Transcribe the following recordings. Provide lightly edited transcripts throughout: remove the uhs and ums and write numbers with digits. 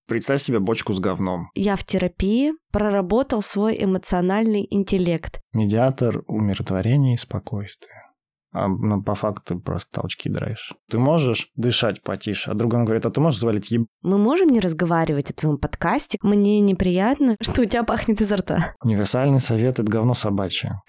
Представь себе бочку с говном. Я в терапии проработал свой эмоциональный интеллект. Медиатор умиротворения и спокойствия. По факту ты просто толчки драйвишь. Ты можешь дышать потише, а другому говорит, а ты можешь завалить Мы можем не разговаривать о твоем подкасте? Мне неприятно, что у тебя пахнет изо рта. Универсальный совет – это говно собачье.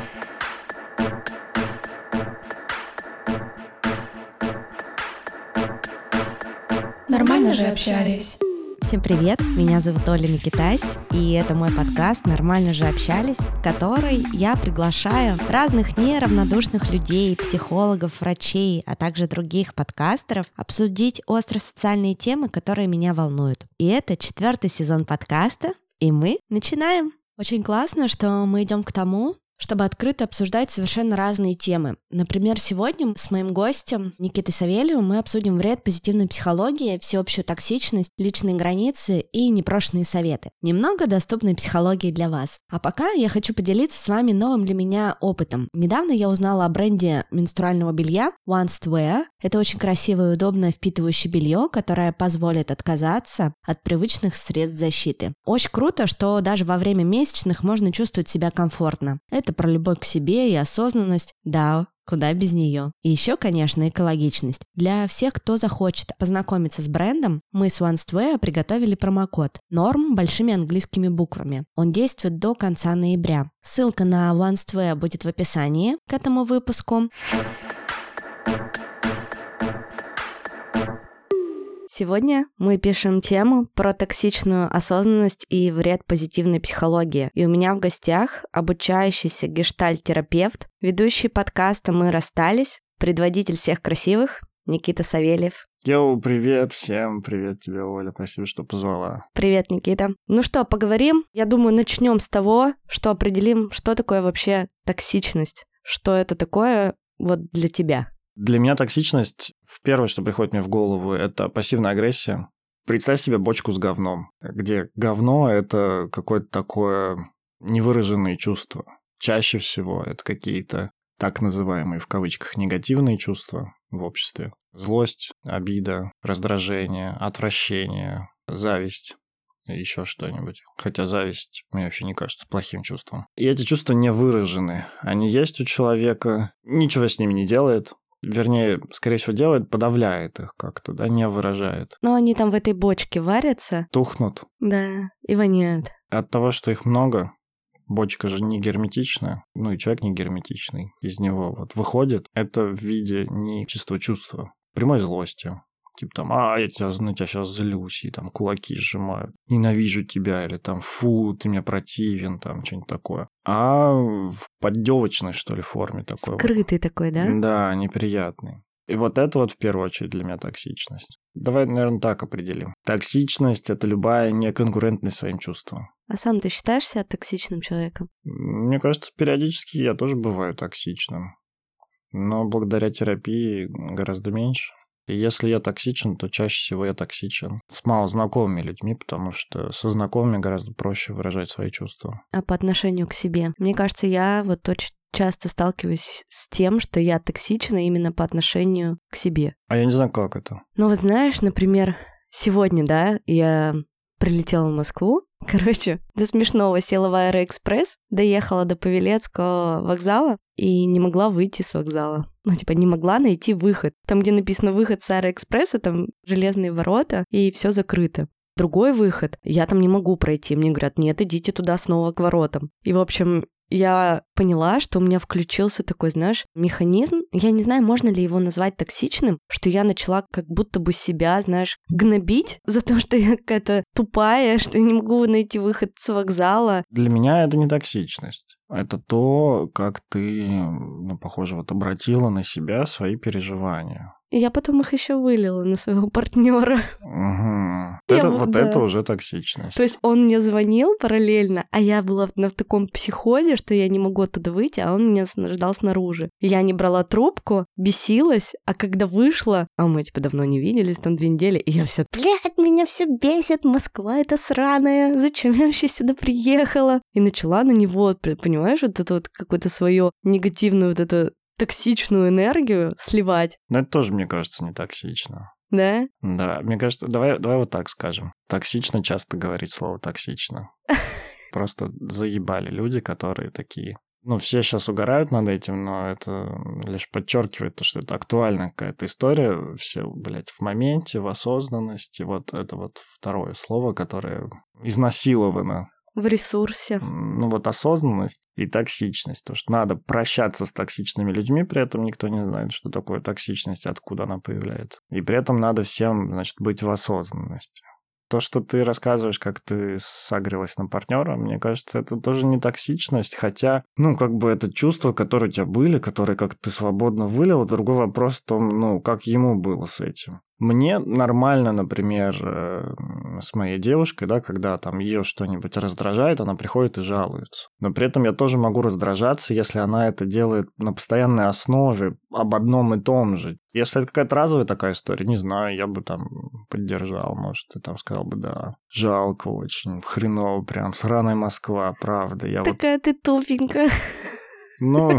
Нормально же общались. Всем привет, меня зовут Оля Микитась, и это мой подкаст «Нормально же общались», в который я приглашаю разных неравнодушных людей, психологов, врачей, а также других подкастеров обсудить остросоциальные темы, которые меня волнуют. И это 4-й сезон подкаста, и мы начинаем. Очень классно, что мы идем к тому, чтобы открыто обсуждать совершенно разные темы. Например, сегодня с моим гостем Никитой Савельевым мы обсудим вред позитивной психологии, всеобщую токсичность, личные границы и непрошенные советы. Немного доступной психологии для вас. А пока я хочу поделиться с вами новым для меня опытом. Недавно я узнала о бренде менструального белья ONCE. Это очень красивое и удобное впитывающее белье, которое позволит отказаться от привычных средств защиты. Очень круто, что даже во время месячных можно чувствовать себя комфортно. Это про любовь к себе и осознанность. Да, куда без нее. И еще, конечно, экологичность. Для всех, кто захочет познакомиться с брендом, мы с ONCE приготовили промокод NORM большими английскими буквами. Он действует до конца ноября. Ссылка на ONCE будет в описании к этому выпуску. Сегодня мы пишем тему про токсичную осознанность и вред позитивной психологии. И у меня в гостях обучающийся гештальт-терапевт, ведущий подкаста «Мы расстались», предводитель всех красивых Никита Савельев. Йоу, привет всем, привет тебе, Оля, спасибо, что позвала. Привет, Никита. Ну что, поговорим? Я думаю, начнем с того, что определим, что такое вообще токсичность. Что это такое вот для тебя? Для меня токсичность, первое, что приходит мне в голову, это пассивная агрессия. Представь себе бочку с говном, где говно – это какое-то такое невыраженное чувство. Чаще всего это какие-то так называемые, в кавычках, негативные чувства в обществе. Злость, обида, раздражение, отвращение, зависть, еще что-нибудь. Хотя зависть мне вообще не кажется плохим чувством. И эти чувства не выражены. Они есть у человека, ничего с ними не делает. Вернее, скорее всего, делает, подавляет их как-то, да, не выражает. Но они там в этой бочке варятся. Тухнут. Да, и воняют. От того, что их много, бочка же не герметичная, ну и человек не герметичный, из него вот выходит, это в виде не чистого чувства, прямой злости. Типа там, я на тебя сейчас злюсь, и там кулаки сжимают. Ненавижу тебя, или там, фу, ты мне противен, там, что-нибудь такое. А в поддевочной, что ли, форме такой. Скрытый такой, да? Да, неприятный. И вот это вот в первую очередь для меня токсичность. Давай, наверное, так определим. Токсичность – это любая неконкурентность своим чувствам. А сам ты считаешь себя токсичным человеком? Мне кажется, периодически я тоже бываю токсичным. Но благодаря терапии гораздо меньше. И если я токсичен, то чаще всего я токсичен с малознакомыми людьми, потому что со знакомыми гораздо проще выражать свои чувства. А по отношению к себе? Мне кажется, я вот очень часто сталкиваюсь с тем, что я токсична именно по отношению к себе. А я не знаю, как это. Ну вот знаешь, например, сегодня, да, я прилетела в Москву, до смешного села в Аэроэкспресс, доехала до Павелецкого вокзала и не могла выйти с вокзала. Не могла найти выход. Там, где написано «выход с Аэроэкспресса», там железные ворота, и все закрыто. Другой выход, я там не могу пройти. Мне говорят, нет, идите туда снова к воротам. И, в общем, я поняла, что у меня включился такой, знаешь, механизм. Я не знаю, можно ли его назвать токсичным, что я начала как будто бы себя, знаешь, гнобить за то, что я какая-то тупая, что я не могу найти выход с вокзала. Для меня это не токсичность. Это то, как ты, похоже, вот обратила на себя свои переживания. И я потом их еще вылила на своего партнера. Угу. Это уже токсичность. То есть он мне звонил параллельно, а я была в таком психозе, что я не могу оттуда выйти, а он меня ждал снаружи. Я не брала трубку, бесилась, а когда вышла, мы давно не виделись, там 2 недели, и я вся, меня все бесит, Москва эта сраная, зачем я вообще сюда приехала? И начала на него, понимаешь, вот это вот какую-то свою негативную вот эту токсичную энергию сливать. Но это тоже, мне кажется, не токсично. Да? Да, мне кажется, давай вот так скажем. Токсично часто говорить слово «токсично». Просто заебали люди, которые такие. Ну, все сейчас угорают над этим, но это лишь подчеркивает то, что это актуальная какая-то история. Все, блядь, в моменте, в осознанности. Вот это вот второе слово, которое изнасиловано. В ресурсе. Ну, вот осознанность и токсичность. То, что надо прощаться с токсичными людьми, при этом никто не знает, что такое токсичность, откуда она появляется. И при этом надо всем, значит, быть в осознанности. То, что ты рассказываешь, как ты сагрилась на партнера, мне кажется, это тоже не токсичность, хотя, ну, как бы это чувства, которые у тебя были, которые как ты свободно вылил, другой вопрос в том, ну, как ему было с этим. Мне нормально, например, с моей девушкой, да, когда там ее что-нибудь раздражает, она приходит и жалуется. Но при этом я тоже могу раздражаться, если она это делает на постоянной основе, об одном и том же. Если это какая-то разовая такая история, не знаю, я бы там поддержал, может, ты там сказал бы, да, жалко очень, хреново прям, сраная Москва, правда. Я такая ты тупенькая. Ну,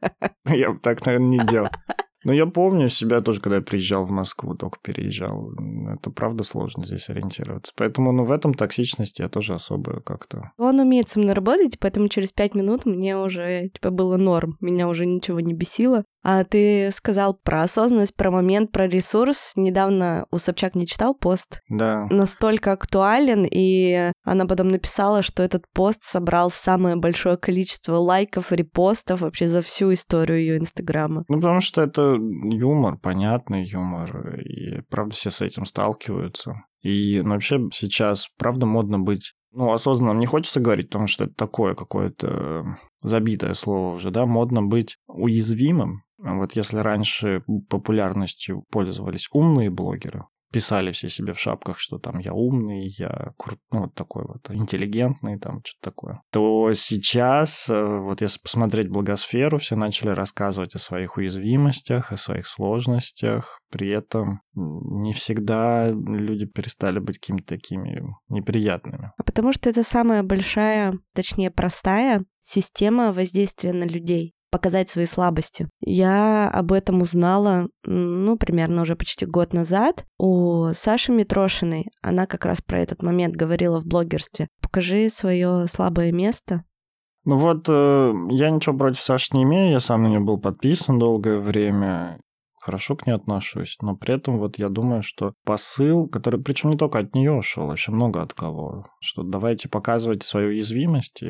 я бы так, наверное, не делал. Но я помню себя тоже, когда я приезжал в Москву, только переезжал. Это правда сложно здесь ориентироваться. Поэтому, ну, в этом токсичности я тоже особо как-то... Он умеет со мной работать, поэтому через 5 минут мне уже, типа, было норм. Меня уже ничего не бесило. А ты сказал про осознанность, про момент, про ресурс. Недавно у Собчак не читал пост? Да. Настолько актуален, и она потом написала, что этот пост собрал самое большое количество лайков и репостов вообще за всю историю ее Инстаграма. Ну, потому что это юмор, понятный юмор, и правда все с этим сталкиваются. И вообще сейчас, правда, модно быть... Ну, осознанно не хочется говорить, потому что это такое какое-то забитое слово уже, да, модно быть уязвимым. Вот если раньше популярностью пользовались умные блогеры, писали все себе в шапках, что там я умный, я ну, вот такой вот интеллигентный, там что-то такое, то сейчас, вот если посмотреть блогосферу, все начали рассказывать о своих уязвимостях, о своих сложностях, при этом не всегда люди перестали быть какими-то такими неприятными. Потому что это самая большая, точнее простая система воздействия на людей. Показать свои слабости. Я об этом узнала, ну, примерно уже почти год назад у Саши Митрошиной. Она как раз про этот момент говорила в блогерстве. Покажи свое слабое место. Ну вот, я ничего против Саши не имею, я сам на нее был подписан долгое время. Хорошо к ней отношусь, но при этом вот я думаю, что посыл, который, причем не только от нее шел, вообще много от кого, что давайте показывайте свои уязвимости,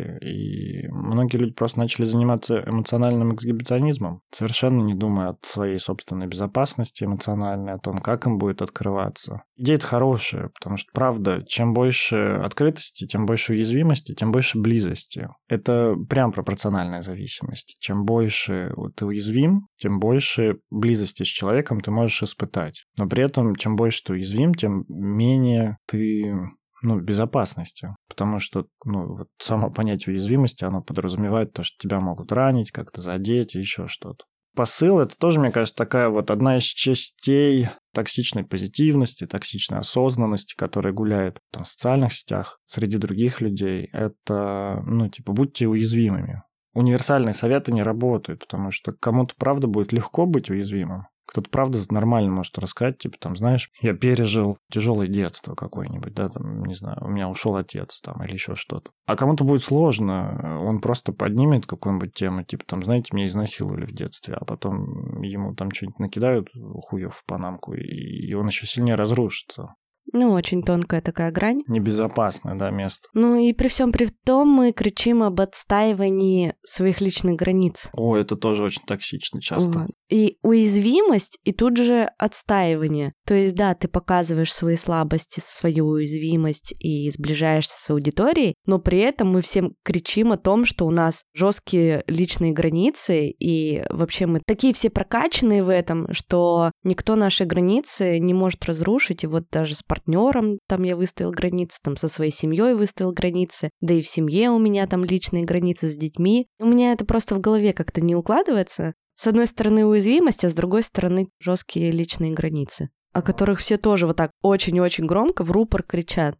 и многие люди просто начали заниматься эмоциональным эксгибиционизмом, совершенно не думая о своей собственной безопасности эмоциональной, о том, как им будет открываться. Идея-то хорошая, потому что, правда, чем больше открытости, тем больше уязвимости, тем больше близости. Это прям пропорциональная зависимость. Чем больше ты уязвим, тем больше близости с человеком ты можешь испытать. Но при этом, чем больше ты уязвим, тем менее ты в безопасности. Потому что вот само понятие уязвимости, оно подразумевает то, что тебя могут ранить, как-то задеть и еще что-то. Посыл — это тоже, мне кажется, такая вот одна из частей токсичной позитивности, токсичной осознанности, которая гуляет в социальных сетях среди других людей. Это, будьте уязвимыми. Универсальные советы не работают, потому что кому-то, правда, будет легко быть уязвимым. Кто-то, правда, нормально может рассказать, знаешь, я пережил тяжелое детство какое-нибудь, да, не знаю, у меня ушел отец, или еще что-то. А кому-то будет сложно, он просто поднимет какую-нибудь тему, знаете, меня изнасиловали в детстве, а потом ему что-нибудь накидают, хуев в панамку, и он еще сильнее разрушится. Очень тонкая такая грань. Небезопасное, да, место. И при всем при том мы кричим об отстаивании своих личных границ. О, это тоже очень токсично часто. Вот. И уязвимость, и тут же отстаивание. То есть, да, ты показываешь свои слабости, свою уязвимость и сближаешься с аудиторией, но при этом мы всем кричим о том, что у нас жесткие личные границы, и вообще мы такие все прокачанные в этом, что никто наши границы не может разрушить, и вот даже с партнером я выставил границы, со своей семьей выставил границы, да и в семье у меня личные границы с детьми. У меня это просто в голове как-то не укладывается. С одной стороны уязвимость, а с другой стороны жесткие личные границы, о которых все тоже вот так очень-очень громко в рупор кричат.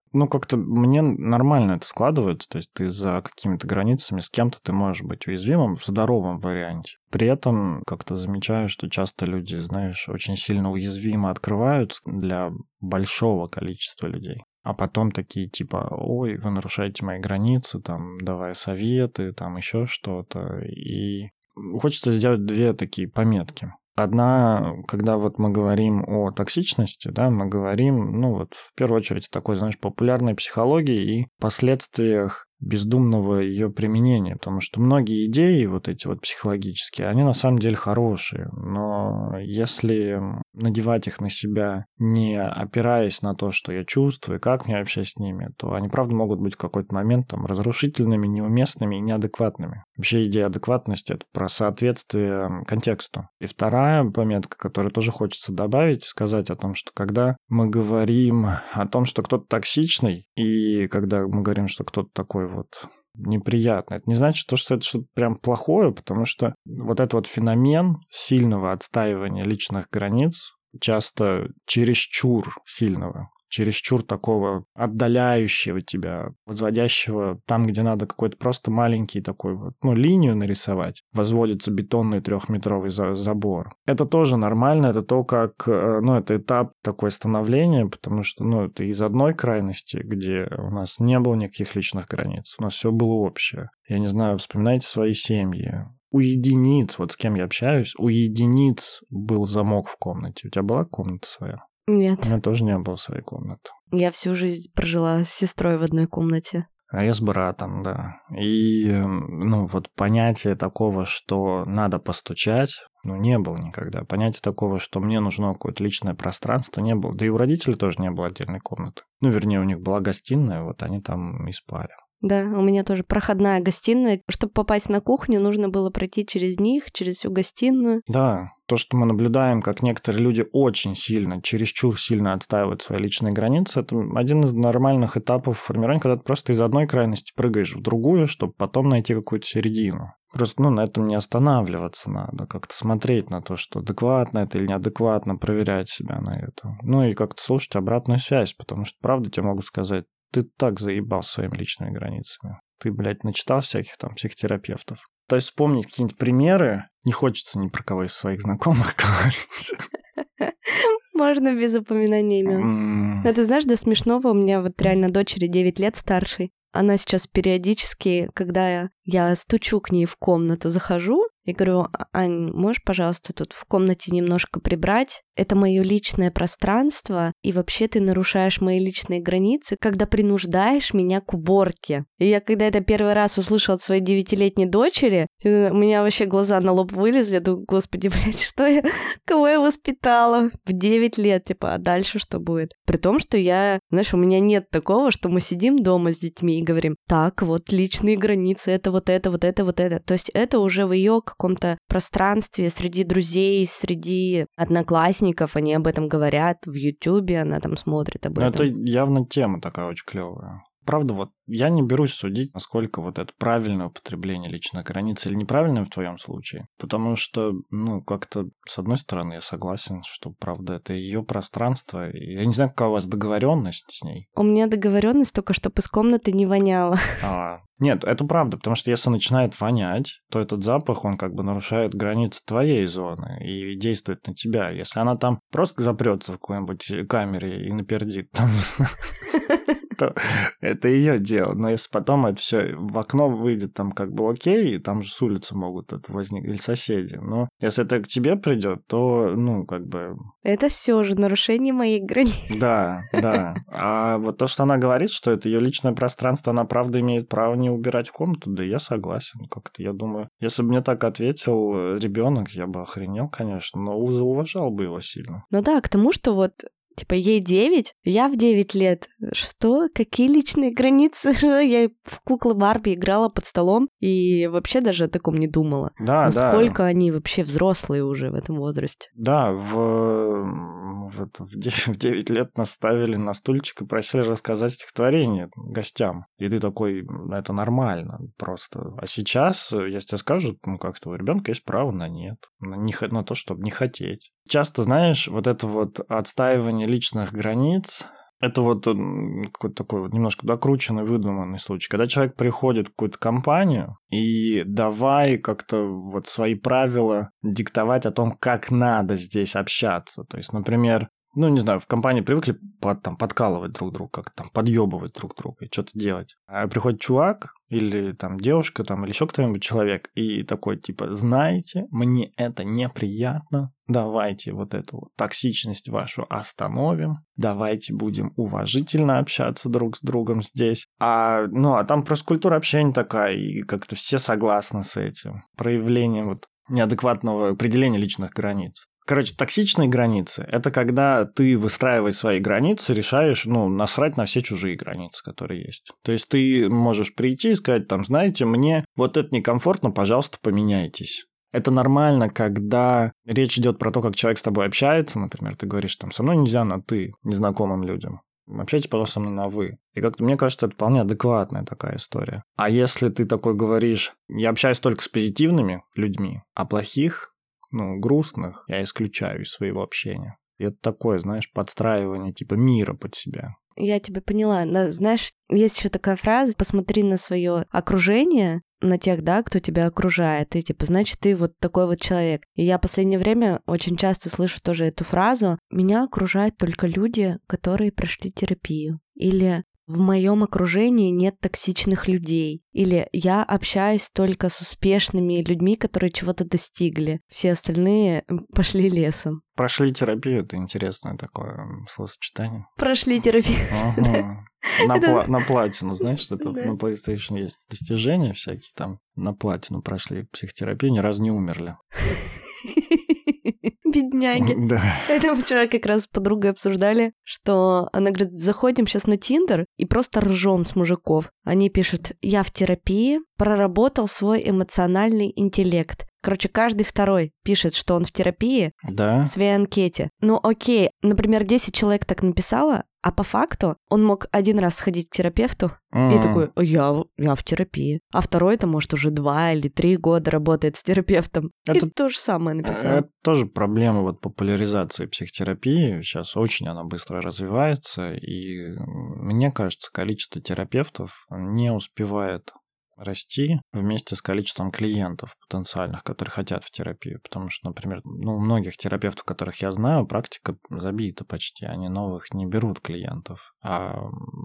Как-то мне нормально это складывается, то есть ты за какими-то границами с кем-то ты можешь быть уязвимым в здоровом варианте. При этом как-то замечаю, что часто люди, знаешь, очень сильно уязвимо открываются для большого количества людей. А потом такие типа: ой, вы нарушаете мои границы, там, давай советы, там, еще что-то. И хочется сделать две такие пометки. Одна, когда вот мы говорим о токсичности, да, мы говорим, в первую очередь, такой, знаешь, популярной психологии и последствиях бездумного ее применения, потому что многие идеи вот эти вот психологические, они на самом деле хорошие, но если надевать их на себя, не опираясь на то, что я чувствую, как мне вообще с ними, то они, правда, могут быть в какой-то момент там разрушительными, неуместными и неадекватными. Вообще идея адекватности — это про соответствие контексту. И вторая пометка, которую тоже хочется добавить, сказать о том, что когда мы говорим о том, что кто-то токсичный, и когда мы говорим, что кто-то такой вот неприятно. Это не значит, что это что-то прям плохое, потому что вот этот вот феномен сильного отстаивания личных границ, часто чересчур сильного, чересчур такого отдаляющего тебя, возводящего там, где надо какой-то просто маленький такой вот, линию нарисовать, возводится бетонный 3-метровый забор. Это тоже нормально, это то, как, это этап такое становления, потому что, это из одной крайности, где у нас не было никаких личных границ, у нас все было общее. Я не знаю, вспоминайте свои семьи. У единиц, вот с кем я общаюсь, у единиц был замок в комнате. У тебя была комната своя? Нет. У меня тоже не было своей комнаты. Я всю жизнь прожила с сестрой в одной комнате. А я с братом, да. И, понятие такого, что надо постучать, не было никогда. Понятие такого, что мне нужно какое-то личное пространство, не было. Да и у родителей тоже не было отдельной комнаты. Вернее, у них была гостиная, вот они там и спали. Да, у меня тоже проходная гостиная. Чтобы попасть на кухню, нужно было пройти через них, через всю гостиную. Да, то, что мы наблюдаем, как некоторые люди очень сильно, чересчур сильно отстаивают свои личные границы, это один из нормальных этапов формирования, когда ты просто из одной крайности прыгаешь в другую, чтобы потом найти какую-то середину. Просто, на этом не останавливаться надо, как-то смотреть на то, что адекватно это или неадекватно, проверять себя на это. И как-то слушать обратную связь, потому что, правда, тебе могут сказать: ты так заебал своими личными границами. Ты, начитал всяких там психотерапевтов. То есть вспомнить какие-нибудь примеры не хочется ни про кого из своих знакомых говорить. Можно без упоминания имен. Но ты знаешь, до смешного у меня вот реально дочери 9 лет старшей. Она сейчас периодически, когда я стучу к ней в комнату, захожу и говорю: Ань, можешь, пожалуйста, тут в комнате немножко прибрать? Это мое личное пространство, и вообще ты нарушаешь мои личные границы, когда принуждаешь меня к уборке. И я, когда это первый раз услышала от своей 9-летней дочери, у меня вообще глаза на лоб вылезли. Думаю: господи, кого я воспитала в 9 лет, а дальше что будет? При том, что у меня нет такого, что мы сидим дома с детьми и говорим: так, вот личные границы, это вот это, вот это, вот это. То есть это уже в ее каком-то пространстве среди друзей, среди одноклассников, они об этом говорят, в Ютубе она там смотрит об этом. Это явно тема такая очень клевая. Правда, вот я не берусь судить, насколько вот это правильное употребление личных границ или неправильное в твоем случае. Потому что, как-то, с одной стороны, я согласен, что, правда, это ее пространство. Я не знаю, какая у вас договоренность с ней. У меня договоренность только, чтобы из комнаты не воняло. Нет, это правда, потому что если начинает вонять, то этот запах, он нарушает границы твоей зоны и действует на тебя. Если она там просто запрется в какой-нибудь камере и напердит, там, не знаю, то это ее дело. Но если потом это все в окно выйдет, там окей, и там же с улицы могут это возникнуть, или соседи. Но если это к тебе придет, то, Это все же нарушение моих границ. Да. А вот то, что она говорит, что это ее личное пространство, она правда имеет право не убирать в комнату, да я согласен. Как-то я думаю, если бы мне так ответил ребенок, я бы охренел, конечно, но зауважал бы его сильно. Да, к тому, что ей 9, я в 9 лет. Что? Какие личные границы? Я в куклы Барби играла под столом и вообще даже о таком не думала. Да, насколько они вообще взрослые уже в этом возрасте. Да, в 9 лет нас ставили на стульчик и просили рассказать стихотворение гостям. И ты такой: это нормально просто. А сейчас, если тебе скажут, как-то у ребенка есть право на нет, на то, чтобы не хотеть. Часто, знаешь, вот это вот отстаивание личных границ, Это вот какой-то такой вот немножко докрученный, выдуманный случай. Когда человек приходит в какую-то компанию и давай как-то вот свои правила диктовать о том, как надо здесь общаться. То есть, например, не знаю, в компании привыкли подкалывать друг друга, как-то там подъебывать друг друга и что-то делать. А приходит чувак или там девушка, там, или еще кто-нибудь человек, и такой, типа, знаете, мне это неприятно, давайте вот эту вот токсичность вашу остановим, давайте будем уважительно общаться друг с другом здесь. А там просто культура общения такая, и как-то все согласны с этим. Проявление вот неадекватного определения личных границ. Короче, токсичные границы – это когда ты, выстраивая свои границы, решаешь, насрать на все чужие границы, которые есть. То есть ты можешь прийти и сказать, там, знаете, мне вот это некомфортно, пожалуйста, поменяйтесь. Это нормально, когда речь идет про то, как человек с тобой общается, например, ты говоришь, там, со мной нельзя на «ты» незнакомым людям. Общайтесь, пожалуйста, со мной на «вы». И как-то, мне кажется, это вполне адекватная такая история. А если ты такой говоришь, я общаюсь только с позитивными людьми, а плохих, грустных я исключаю из своего общения. И это такое, знаешь, подстраивание типа мира под себя. Я тебя поняла. Знаешь, есть еще такая фраза: посмотри на свое окружение, на тех, да, кто тебя окружает, и значит, ты вот такой вот человек. И я в последнее время очень часто слышу тоже эту фразу: меня окружают только люди, которые прошли терапию. Или в моем окружении нет токсичных людей. Или я общаюсь только с успешными людьми, которые чего-то достигли. Все остальные пошли лесом. Прошли терапию — это интересное такое словосочетание. Прошли терапию. На платину, знаешь, что это на PlayStation есть достижения всякие, там на платину прошли психотерапию, ни разу не умерли. Бедняги. Да. Это мы вчера как раз с подругой обсуждали, что она говорит, заходим сейчас на Тиндер и просто ржем с мужиков. Они пишут: я в терапии, проработал свой эмоциональный интеллект. Короче, каждый второй пишет, что он в терапии в своей анкете. Окей, например, 10 человек так написало, а по факту он мог один раз сходить к терапевту и такой: я в терапии. А второй-то, может, уже 2 или 3 года работает с терапевтом. Это и то же самое написал. Это тоже проблема вот популяризации психотерапии. Сейчас очень она быстро развивается, и мне кажется, количество терапевтов не успевает расти вместе с количеством клиентов потенциальных, которые хотят в терапию. Потому что, например, у многих терапевтов, которых я знаю, практика забита почти. Они новых не берут клиентов. А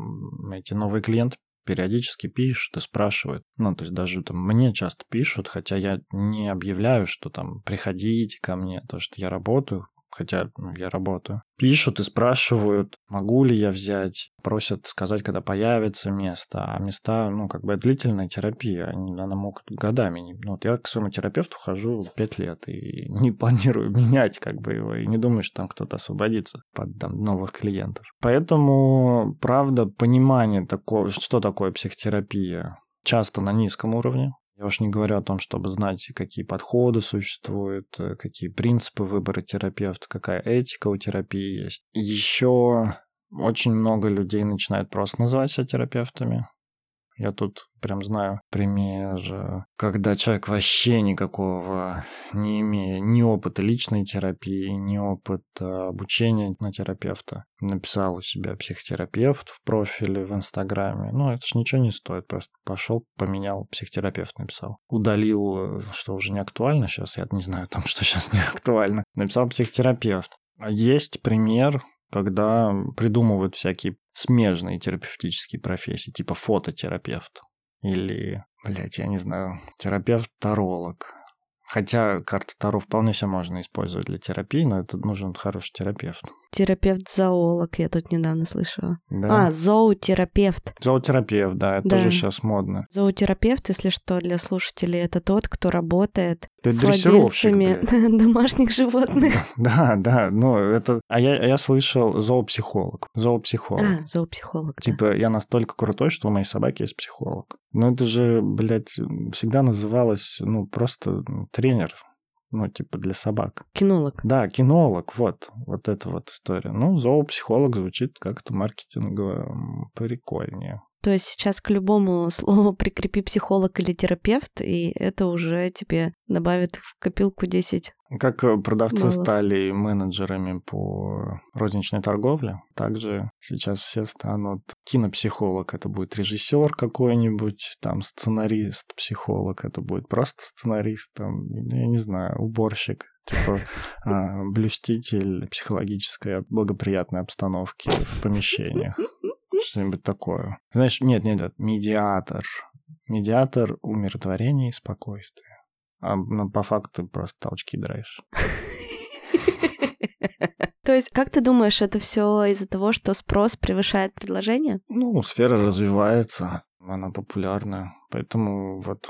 эти новые клиенты периодически пишут и спрашивают. То есть даже там мне часто пишут, хотя я не объявляю, что там приходите ко мне, то, что я работаю. Хотя я работаю. Пишут и спрашивают, могу ли я взять, просят сказать, когда появится место. А места, длительная терапия, она могут годами. Я к своему терапевту хожу 5 лет и не планирую менять его, и не думаю, что там кто-то освободится под новых клиентов. Поэтому, правда, понимание такого, что такое психотерапия, часто на низком уровне. Я уж не говорю о том, чтобы знать, какие подходы существуют, какие принципы выбора терапевта, какая этика у терапии есть. Еще очень много людей начинают просто называть себя терапевтами. Я тут прям знаю пример, когда человек вообще никакого не имея ни опыта личной терапии, ни опыта обучения на терапевта, написал у себя психотерапевт в профиле в Инстаграме. Это ж ничего не стоит, просто пошел, поменял, психотерапевт написал. Удалил, что уже не актуально сейчас, я не знаю, что сейчас не актуально. Написал психотерапевт. Есть пример, когда придумывают всякие смежные терапевтические профессии, типа фототерапевт или, я не знаю, терапевт-таролог. Хотя карту Таро вполне себе можно использовать для терапии, но это нужен хороший терапевт. Терапевт-зоолог, я тут недавно слышала. Да. Зоотерапевт. Зоотерапевт, да, это тоже сейчас модно. Зоотерапевт, если что, для слушателей, это тот, кто работает с дрессировщик, владельцами домашних животных. Да, это... А я слышал зоопсихолог. Зоопсихолог. Зоопсихолог, Типа, я настолько крутой, что у моей собаки есть психолог. Это же, всегда называлось, просто тренер. Для собак. Кинолог. Да, кинолог, вот эта вот история. Зоопсихолог звучит как-то маркетингово прикольнее. То есть сейчас к любому слову прикрепи психолог или терапевт, и это уже тебе добавит в копилку 10 Как продавцы Было. стали менеджерами по розничной торговле, также сейчас все станут кинопсихолог, это будет режиссер какой-нибудь, там сценарист, психолог, это будет просто сценарист, там, я не знаю, уборщик, типа блюститель психологической благоприятной обстановки в помещениях, что-нибудь такое. Знаешь, нет, медиатор. Медиатор умиротворения и спокойствия. Ну, по факту просто толчки драйвишь. То есть, как ты думаешь, это все из-за того, что спрос превышает предложение? Ну, сфера развивается, она популярна, поэтому вот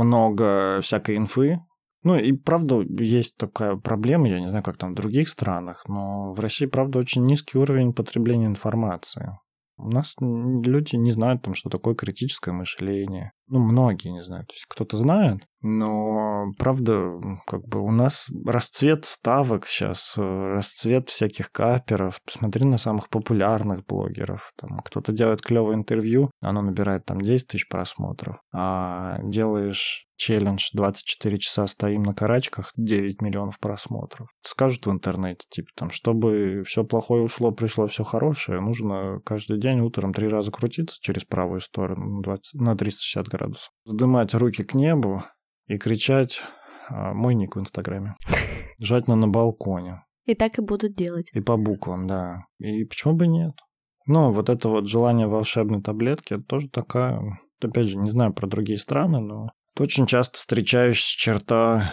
много всякой инфы. Ну, и правда, есть такая проблема, я не знаю, как там в других странах, но в России, правда, очень низкий уровень потребления информации. У нас люди не знают, там, что такое критическое мышление. Ну, многие не знают. То есть кто-то знает, но, правда, как бы у нас расцвет ставок сейчас, расцвет всяких каперов. Посмотри на самых популярных блогеров. Там кто-то делает клевое интервью, оно набирает там 10 тысяч просмотров. А делаешь челлендж 24 часа стоим на карачках, 9 миллионов просмотров. Скажут в интернете, типа там, чтобы все плохое ушло, пришло все хорошее, нужно каждый день утром 3 раза крутиться через правую сторону на 360 градусов, вздымать руки к небу и кричать мой ник в Инстаграме. Желательно на балконе. И так и будут делать. И по буквам, да. И почему бы нет? Ну, вот это вот желание волшебной таблетки, это тоже такая... Опять же, не знаю про другие страны, но это очень часто встречающаяся черта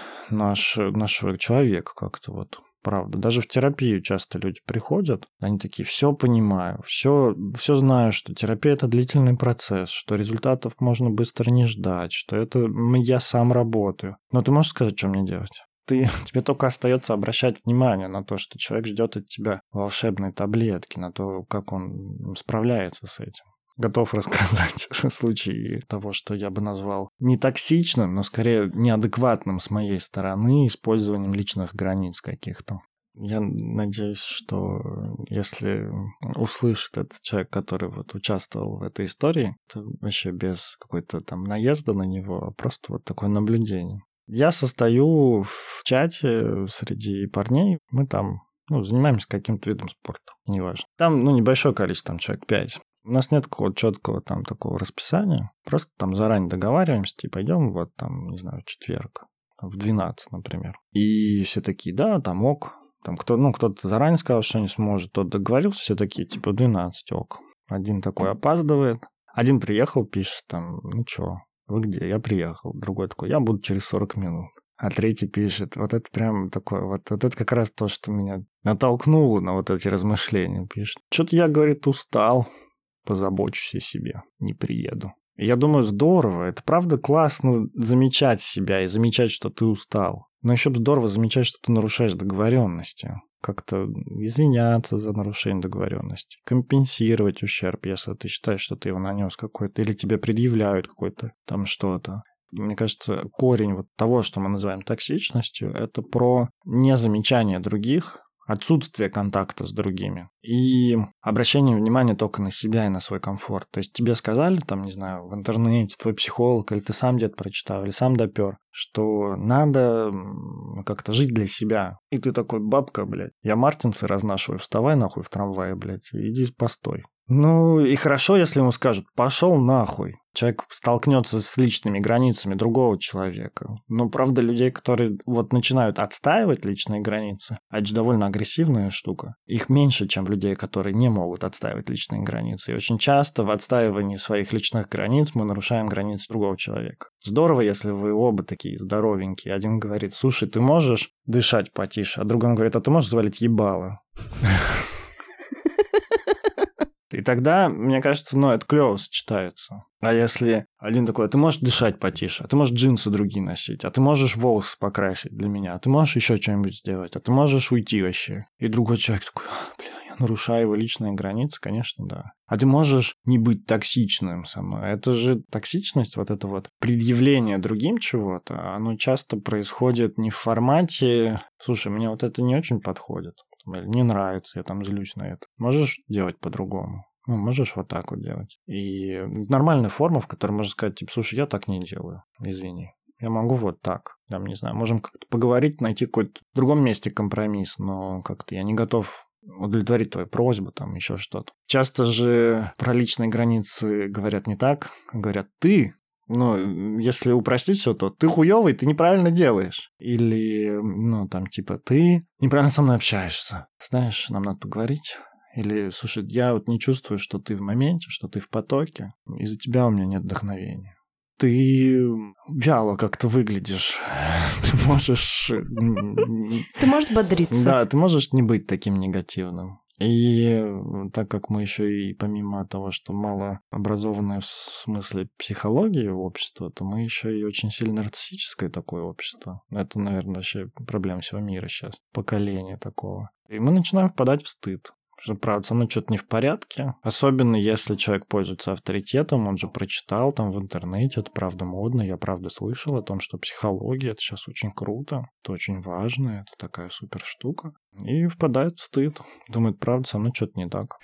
нашего человека как-то вот. Правда. Даже в терапию часто люди приходят, они такие, все понимаю, все знаю, что терапия – это длительный процесс, что результатов можно быстро не ждать, что это я сам работаю. Но ты можешь сказать, что мне делать? Тебе только остается обращать внимание на то, что человек ждет от тебя волшебной таблетки, на то, как он справляется с этим. Готов рассказать случай того, что я бы назвал не токсичным, но скорее неадекватным с моей стороны использованием личных границ каких-то. Я надеюсь, что если услышит этот человек, который вот участвовал в этой истории, то вообще без какой-то там наезда на него, а просто вот такое наблюдение. Я состою в чате среди парней, мы там занимаемся каким-то видом спорта, неважно. Там небольшое количество, там человек 5. У нас нет какого-то четкого там такого расписания. Просто там заранее договариваемся, типа, идем вот там, не знаю, в четверг, в 12, например. И все такие, да, там ок. Там кто-то заранее сказал, что не сможет, тот договорился, все такие, типа, 12 ок. Один такой опаздывает. Один приехал, пишет там, ну чё, вы где? Я приехал. Другой такой, я буду через 40 минут. А третий пишет, вот это прям такое, вот это как раз то, что меня натолкнуло на вот эти размышления. Пишет, что-то я, говорит, устал. Позабочусь о себе, не приеду. И я думаю, здорово, это правда классно замечать себя и замечать, что ты устал. Но еще здорово замечать, что ты нарушаешь договоренности. Как-то извиняться за нарушение договоренности, компенсировать ущерб, если ты считаешь, что ты его нанес какой-то, или тебе предъявляют какое-то там что-то. Мне кажется, корень вот того, что мы называем токсичностью, это про незамечание других, отсутствие контакта с другими и обращение внимания только на себя и на свой комфорт. То есть тебе сказали, там, не знаю, в интернете, твой психолог, или ты сам где-то прочитал, или сам допер, что надо как-то жить для себя. И ты такой, бабка, блядь, я мартинсы разнашиваю, вставай нахуй в трамвае, блядь, и иди постой. Ну, и хорошо, если ему скажут, пошел нахуй. Человек столкнется с личными границами другого человека. Но, правда, людей, которые вот начинают отстаивать личные границы, а это же довольно агрессивная штука, их меньше, чем людей, которые не могут отстаивать личные границы. И очень часто в отстаивании своих личных границ мы нарушаем границы другого человека. Здорово, если вы оба такие здоровенькие. Один говорит, слушай, ты можешь дышать потише, а другой говорит, а ты можешь завалить ебало? И тогда, мне кажется, это клево сочетается. А если один такой, а ты можешь дышать потише, а ты можешь джинсы другие носить, а ты можешь волосы покрасить для меня, а ты можешь еще что-нибудь сделать, а ты можешь уйти вообще. И другой человек такой, я нарушаю его личные границы, конечно, да. А ты можешь не быть токсичным со мной. Это же токсичность, вот это вот предъявление другим чего-то, оно часто происходит не в формате, слушай, мне вот это не очень подходит. Или не нравится, я там злюсь на это. Можешь делать по-другому. Можешь вот так вот делать. И нормальная форма, в которой можно сказать, типа, слушай, я так не делаю, извини. я могу вот так. Там, не знаю, можем как-то поговорить, найти какой-то в другом месте компромисс, но как-то я не готов удовлетворить твою просьбу, там еще что-то. Часто же про личные границы говорят не так, говорят «ты». Ну, если упростить все, то ты хуёвый, ты неправильно делаешь. Или, ну, там, типа, ты неправильно со мной общаешься. Знаешь, нам надо поговорить. Или, слушай, я вот не чувствую, что ты в моменте, что ты в потоке. Из-за тебя у меня нет вдохновения. Ты вяло как-то выглядишь. Ты можешь... Ты можешь бодриться. Да, ты можешь не быть таким негативным. И так как мы еще и помимо того, что мало образованное в смысле психологии общества, то мы еще и очень сильно нарциссическое такое общество. Это, наверное, вообще проблема всего мира сейчас. Поколение такого. И мы начинаем впадать в стыд. Что, правда, со мной что-то не в порядке. Особенно, если человек пользуется авторитетом, он же прочитал там в интернете, это правда модно, я правда слышал о том, что психология — это сейчас очень круто, это очень важно, это такая супер штука. И впадает в стыд. Думает, правда, со мной что-то не так.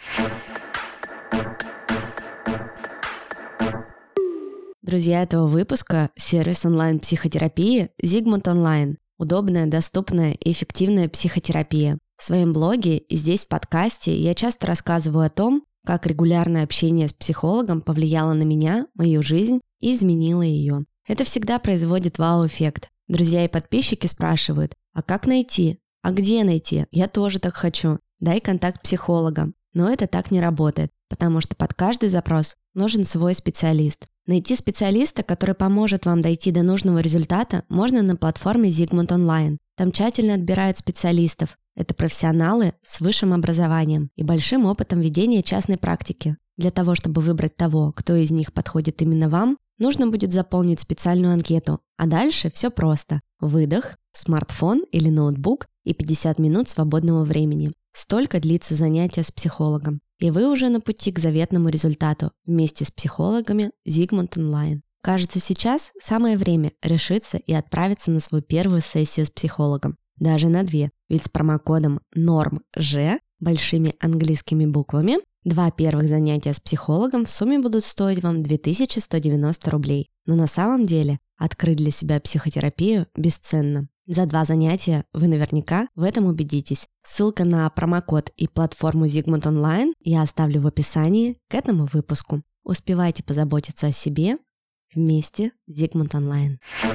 Друзья этого выпуска — сервис онлайн-психотерапии Zigmund Online. Удобная, доступная и эффективная психотерапия. В своем блоге и здесь в подкасте я часто рассказываю о том, как регулярное общение с психологом повлияло на меня, мою жизнь и изменило ее. Это всегда производит вау-эффект. Друзья и подписчики спрашивают, а как найти? А где найти? Я тоже так хочу. Дай контакт психолога. Но это так не работает, потому что под каждый запрос нужен свой специалист. Найти специалиста, который поможет вам дойти до нужного результата, можно на платформе Zigmund Online. Там тщательно отбирают специалистов. Это профессионалы с высшим образованием и большим опытом ведения частной практики. Для того, чтобы выбрать того, кто из них подходит именно вам, нужно будет заполнить специальную анкету. А дальше все просто. Выдох, смартфон или ноутбук и 50 минут свободного времени. Столько длится занятие с психологом. И вы уже на пути к заветному результату вместе с психологами Zigmund Online. Кажется, сейчас самое время решиться и отправиться на свою первую сессию с психологом. Даже на 2. Ведь с промокодом NORMJ большими английскими буквами 2 первых занятия с психологом в сумме будут стоить вам 2190 рублей. Но на самом деле открыть для себя психотерапию бесценно. За 2 занятия вы наверняка в этом убедитесь. Ссылка на промокод и платформу Zigmund Online я оставлю в описании к этому выпуску. Успевайте позаботиться о себе вместе с Zigmund Online.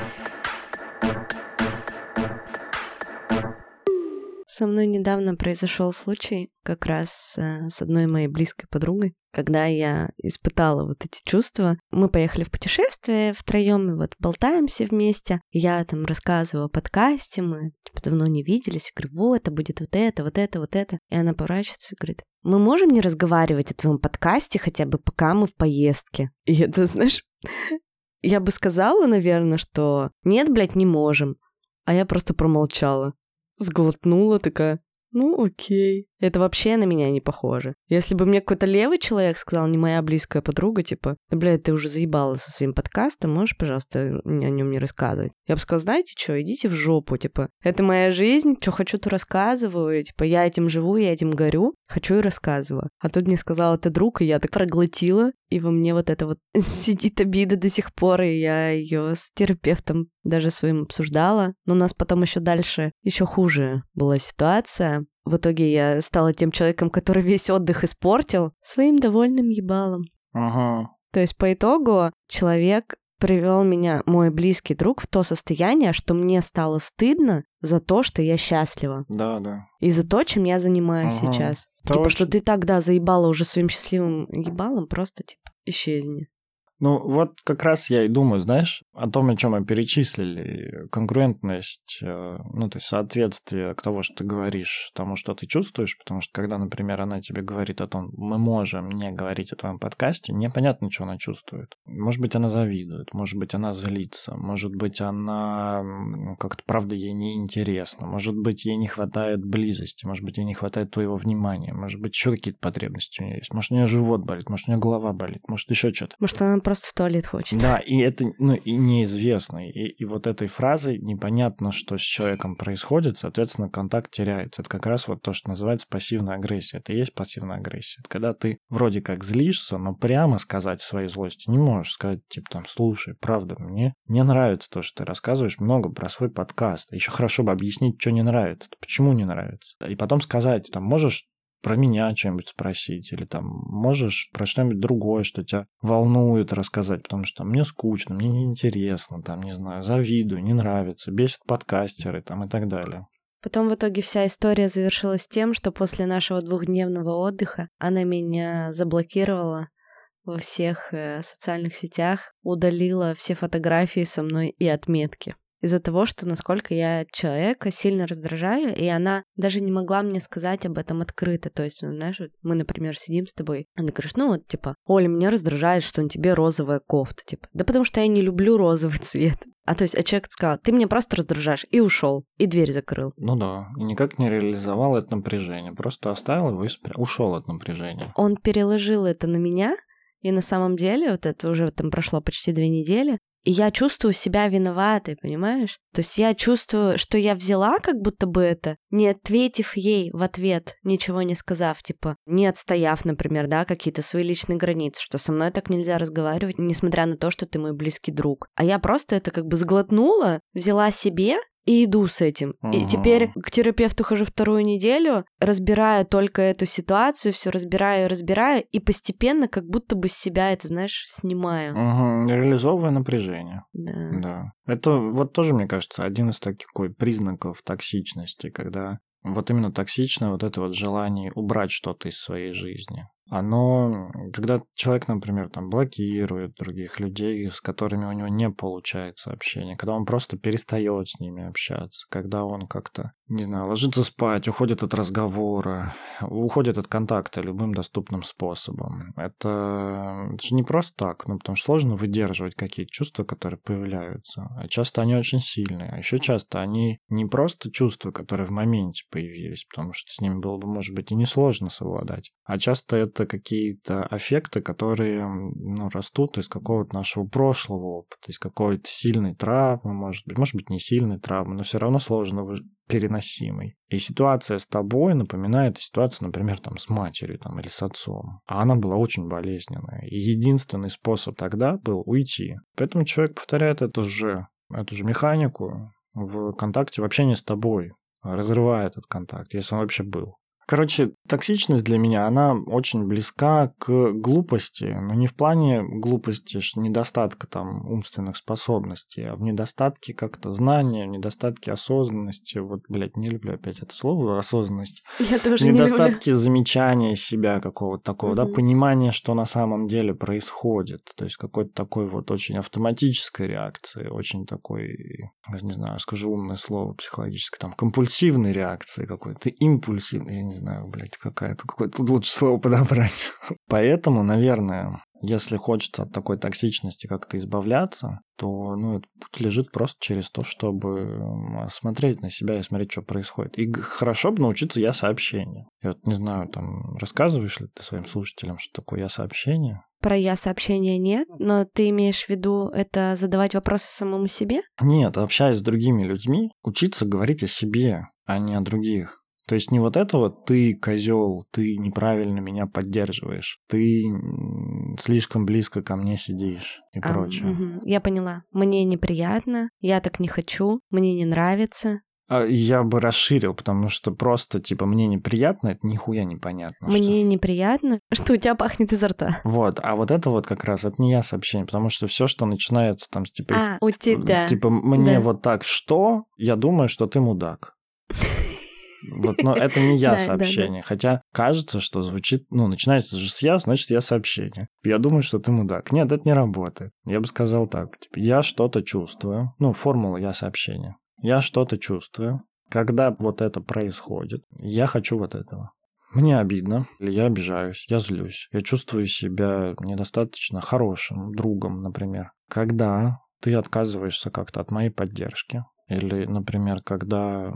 Со мной недавно произошел случай как раз с одной моей близкой подругой, когда я испытала вот эти чувства. Мы поехали в путешествие втроем, и вот болтаемся вместе. Я там рассказываю о подкасте, мы давно не виделись. Я говорю, вот, это будет вот это, вот это, вот это. И она поворачивается и говорит, мы можем не разговаривать о твоем подкасте хотя бы пока мы в поездке? И это, знаешь, я бы сказала, наверное, что нет, блядь, не можем. А я просто промолчала. Сглотнула такая, ну окей. Это вообще на меня не похоже. Если бы мне какой-то левый человек сказал, не моя близкая подруга, типа, да, блядь, ты уже заебала со своим подкастом, можешь, пожалуйста, мне о нем не рассказывать? Я бы сказала, знаете что, идите в жопу, типа, это моя жизнь, что хочу, то рассказываю, типа, я этим живу, я этим горю, хочу и рассказываю. А тут мне сказал, это друг, и я так проглотила, и во мне вот это вот сидит обида до сих пор, и я ее с терапевтом даже своим обсуждала. Но у нас потом еще дальше, еще хуже была ситуация. В итоге я стала тем человеком, который весь отдых испортил своим довольным ебалом. Ага. То есть по итогу человек привел меня, мой близкий друг, в то состояние, что мне стало стыдно за то, что я счастлива. Да, да. И за то, чем я занимаюсь сейчас. Это типа, очень... что ты тогда заебала уже своим счастливым ебалом, просто, типа, исчезни. Ну, вот как раз я и думаю, знаешь, о том, о чем мы перечислили. Конкурентность, ну, то есть соответствие к тому, что ты говоришь, тому, что ты чувствуешь, потому что когда, например, она тебе говорит о том, мы можем не говорить о твоем подкасте, непонятно, что она чувствует. Может быть, она завидует, может быть, она злится, может быть, она как-то, правда, ей неинтересно, может быть, ей не хватает близости, может быть, ей не хватает твоего внимания, может быть, еще какие-то потребности у нее есть, может, у нее живот болит, может, у нее голова болит, может, еще что-то. Может, она просто в туалет хочет. Да, и это, и неизвестно. И вот этой фразой непонятно, что с человеком происходит, соответственно, контакт теряется. Это как раз вот то, что называется пассивная агрессия. Это и есть пассивная агрессия. Это когда ты вроде как злишься, но прямо сказать своей злости не можешь. Сказать, типа, там, слушай, правда, мне не нравится то, что ты рассказываешь много про свой подкаст. Еще хорошо бы объяснить, что не нравится, почему не нравится. И потом сказать, там, можешь про меня что-нибудь спросить, или там можешь про что-нибудь другое, что тебя волнует, рассказать, потому что мне скучно, мне неинтересно, там, не знаю, завидую, не нравится, бесит подкастеры, там, и так далее. Потом в итоге вся история завершилась тем, что после нашего 2-дневного отдыха она меня заблокировала во всех социальных сетях, удалила все фотографии со мной и отметки. Из-за того, что насколько я человека сильно раздражаю, и она даже не могла мне сказать об этом открыто. То есть, знаешь, вот мы, например, сидим с тобой, и ты говоришь, ну вот, типа, Оля, меня раздражает, что на тебе розовая кофта, типа. Да потому что я не люблю розовый цвет. А то есть, человек сказал, ты меня просто раздражаешь, и ушел, и дверь закрыл. Ну да, и никак не реализовал это напряжение, просто оставил его и ушел от напряжения. Он переложил это на меня, и на самом деле, вот это уже там прошло почти 2 недели, и я чувствую себя виноватой, понимаешь? То есть я чувствую, что я взяла как будто бы это, не ответив ей в ответ, ничего не сказав, типа, не отстояв, например, да, какие-то свои личные границы, что со мной так нельзя разговаривать, несмотря на то, что ты мой близкий друг. А я просто это как бы сглотнула, взяла себе и иду с этим. И теперь к терапевту хожу 2-ю неделю, разбираю только эту ситуацию, все разбираю, и постепенно как будто бы с себя это, знаешь, снимаю. Реализовывая напряжение. Да. Да. Это вот тоже, мне кажется, один из таких признаков токсичности, когда вот именно токсичное вот это вот желание убрать что-то из своей жизни. Оно, когда человек, например, там блокирует других людей, с которыми у него не получается общение, когда он просто перестает с ними общаться, когда он как-то, не знаю, ложится спать, уходит от разговора, уходит от контакта любым доступным способом. Это же не просто так, потому что сложно выдерживать какие-то чувства, которые появляются, а часто они очень сильные, а еще часто они не просто чувства, которые в моменте появились, потому что с ними было бы, может быть, и несложно совладать, а часто это какие-то аффекты, которые растут из какого-то нашего прошлого опыта, из какой-то сильной травмы, может быть, не сильной травмы, но все равно сложно переносимой. И ситуация с тобой напоминает ситуацию, например, там, с матерью там, или с отцом. А она была очень болезненная. И единственный способ тогда был уйти. Поэтому человек повторяет эту же механику в контакте, в общении с тобой, разрывая этот контакт, если он вообще был. Короче, токсичность для меня, она очень близка к глупости, но не в плане глупости, недостатка там умственных способностей, а в недостатке как-то знания, в недостатке осознанности. Вот, не люблю опять это слово, осознанность. Я тоже недостатки замечания себя какого-то такого, да, понимания, что на самом деле происходит. То есть какой-то такой вот очень автоматической реакции, очень такой, не знаю, скажу умное слово психологическое, там, компульсивной реакции какой-то, импульсивной, я не знаю, какое-то лучше слово подобрать. Поэтому, наверное, если хочется от такой токсичности как-то избавляться, то, этот путь лежит просто через то, чтобы смотреть на себя и смотреть, что происходит. И хорошо бы научиться я-сообщению. Я вот не знаю, там, рассказываешь ли ты своим слушателям, что такое я-сообщение? Про я-сообщение нет, но ты имеешь в виду это задавать вопросы самому себе? Нет, общаясь с другими людьми, учиться говорить о себе, а не о других. То есть не вот это вот ты козел, ты неправильно меня поддерживаешь, ты слишком близко ко мне сидишь и прочее. Угу. Я поняла. Мне неприятно, я так не хочу, мне не нравится. Я бы расширил, потому что просто, мне неприятно, это нихуя непонятно. Мне неприятно, что у тебя пахнет изо рта. Вот, а вот это вот как раз, это не я-сообщение, потому что все, что начинается там с у тебя. Мне вот так что, я думаю, что ты мудак. Вот, но это не я-сообщение. Хотя кажется, что звучит... начинается же с я, значит, я-сообщение. Я думаю, что ты мудак. Нет, это не работает. Я бы сказал так. Я что-то чувствую. Формула я-сообщения. Я что-то чувствую. Когда вот это происходит, я хочу вот этого. Мне обидно, или я обижаюсь, я злюсь. Я чувствую себя недостаточно хорошим другом, например. Когда ты отказываешься как-то от моей поддержки, Или, например, когда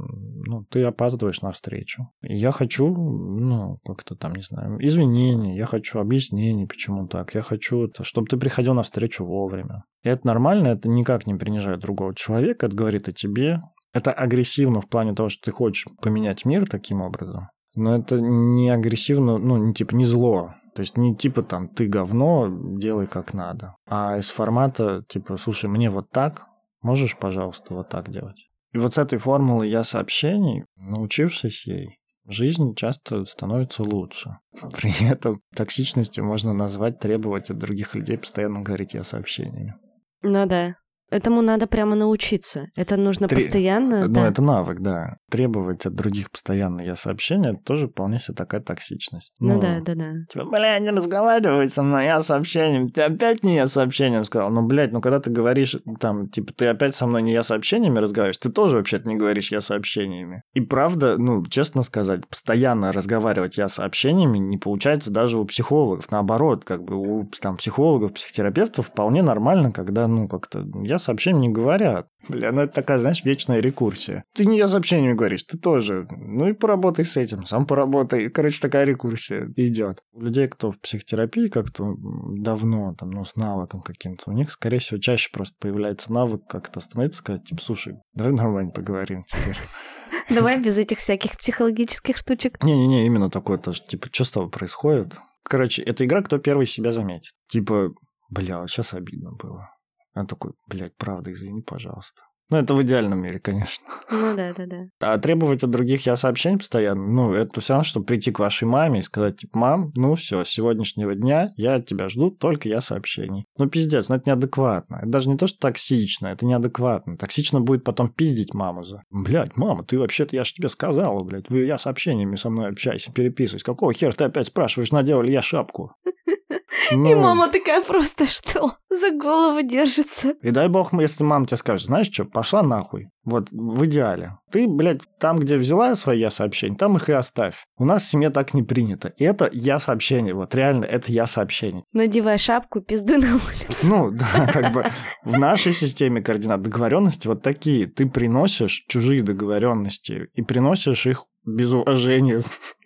ты опаздываешь на встречу. Я хочу, как-то там, не знаю, извинений, я хочу объяснений, почему так. Я хочу, чтобы ты приходил на встречу вовремя. И это нормально, это никак не принижает другого человека, это говорит о тебе. Это агрессивно в плане того, что ты хочешь поменять мир таким образом. Но это не агрессивно, не зло. То есть не типа там ты говно, делай как надо. А из формата типа, слушай, мне вот так, можешь, пожалуйста, вот так делать. И вот с этой формулой «я сообщений», научившись ей, жизнь часто становится лучше. При этом токсичностью можно назвать, требовать от других людей постоянно говорить «я сообщениями». Ну да. Этому надо прямо научиться. Это нужно постоянно. Да. Это навык, да. Требовать от других постоянно «я сообщения» — это тоже вполне себе такая токсичность. Да. Типа, не разговаривай со мной, я сообщением. Ты опять не я сообщением сказал. Когда ты говоришь, там, типа, ты опять со мной не я сообщениями разговариваешь, ты тоже вообще-то не говоришь я сообщениями. И правда, честно сказать, постоянно разговаривать я сообщениями не получается даже у психологов. Наоборот, у психологов, психотерапевтов вполне нормально, когда, как-то я сообщением не говорят. Это такая, знаешь, вечная рекурсия. Ты не я сообщениями говоришь, ты тоже. И поработай с этим, сам поработай. Короче, такая рекурсия идет. У людей, кто в психотерапии как-то давно, с навыком каким-то, у них, скорее всего, чаще просто появляется навык как-то остановиться, сказать, типа, слушай, давай нормально поговорим теперь. Давай без этих всяких психологических штучек. Не, именно такое тоже, типа, что с тобой происходит? Короче, это игра, кто первый себя заметит. Типа, сейчас обидно было. Он такой, правда, извини, пожалуйста. Это в идеальном мире, конечно. Да. А требовать от других я сообщений постоянно, это все равно, чтобы прийти к вашей маме и сказать, типа, мам, все, с сегодняшнего дня я от тебя жду только я сообщений. Пиздец, это неадекватно. Это даже не то, что токсично, это неадекватно. Токсично будет потом пиздить маму за. Мама, ты вообще-то, я же тебе сказала, вы я сообщениями со мной общайся, переписывайся. Какого хера ты опять спрашиваешь, надела ли я шапку? И мама такая просто, что за голову держится. И дай бог, если мама тебе скажет, знаешь что, пошла нахуй. Вот в идеале. Ты, там, где взяла свои я-сообщения, там их и оставь. У нас в семье так не принято. И это я-сообщение. Вот реально, это я-сообщение. Надевай шапку, пиздуй на улицу. В нашей системе координат договоренности вот такие. Ты приносишь чужие договоренности и приносишь их без уважения.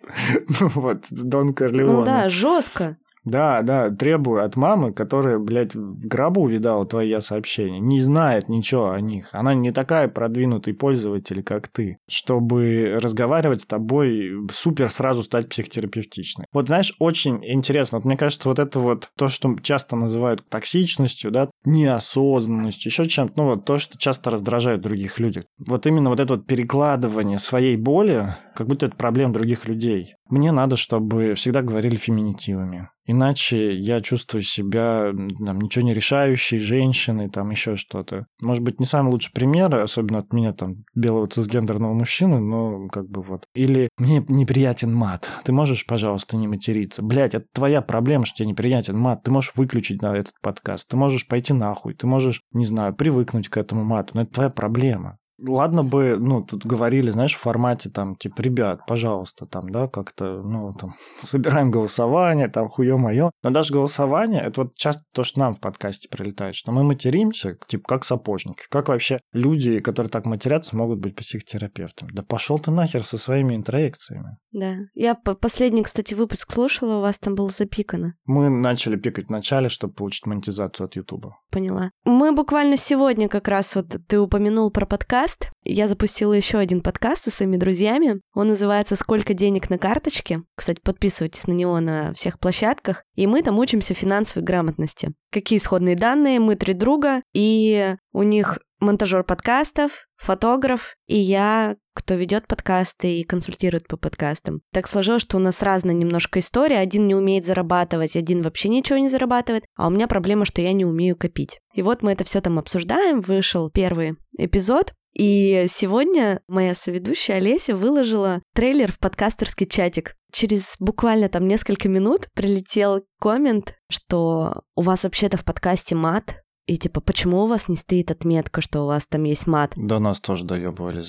Дон Корлеоне. Жестко. Да, требую от мамы, которая, в гробу видала твои сообщения, не знает ничего о них. Она не такая продвинутый пользователь, как ты, чтобы разговаривать с тобой супер сразу стать психотерапевтичной. Знаешь, очень интересно. Мне кажется, это то, что часто называют токсичностью, да, неосознанностью, еще чем-то, то, что часто раздражает других людей. Именно это перекладывание своей боли, как будто это проблема других людей. Мне надо, чтобы всегда говорили феминитивами. Иначе я чувствую себя ничего не решающей женщиной, еще что-то. Может быть, не самый лучший пример, особенно от меня, белого цисгендерного мужчины, но Или мне неприятен мат. Ты можешь, пожалуйста, не материться? Это твоя проблема, что тебе неприятен мат. Ты можешь выключить этот подкаст. Ты можешь пойти нахуй. Ты можешь, не знаю, привыкнуть к этому мату. Но это твоя проблема. Ладно бы, тут говорили, знаешь, в формате, ребят, пожалуйста, как-то, собираем голосование, хуё моё. Но даже голосование, это часто то, что нам в подкасте прилетает, что мы материмся, как сапожники. Как вообще люди, которые так матерятся, могут быть психотерапевтами? Да пошел ты нахер со своими интроекциями. Да. Я последний, кстати, выпуск слушала, у вас там было запикано. Мы начали пикать в начале, чтобы получить монетизацию от Ютуба. Поняла. Мы буквально сегодня как раз ты упомянул про подкаст. Я запустила еще один подкаст со своими друзьями. Он называется «Сколько денег на карточке?». Кстати, подписывайтесь на него на всех площадках. И мы там учимся финансовой грамотности. Какие исходные данные? Мы 3 друга. И у них монтажер подкастов, фотограф и я, кто ведет подкасты и консультирует по подкастам. Так сложилось, что у нас разная немножко история. Один не умеет зарабатывать, один вообще ничего не зарабатывает. А у меня проблема, что я не умею копить. И мы это все там обсуждаем. Вышел первый эпизод. И сегодня моя соведущая Олеся выложила трейлер в подкастерский чатик. Через буквально несколько минут прилетел коммент, что у вас вообще-то в подкасте мат. И почему у вас не стоит отметка, что у вас там есть мат? Да нас тоже доебывали за это.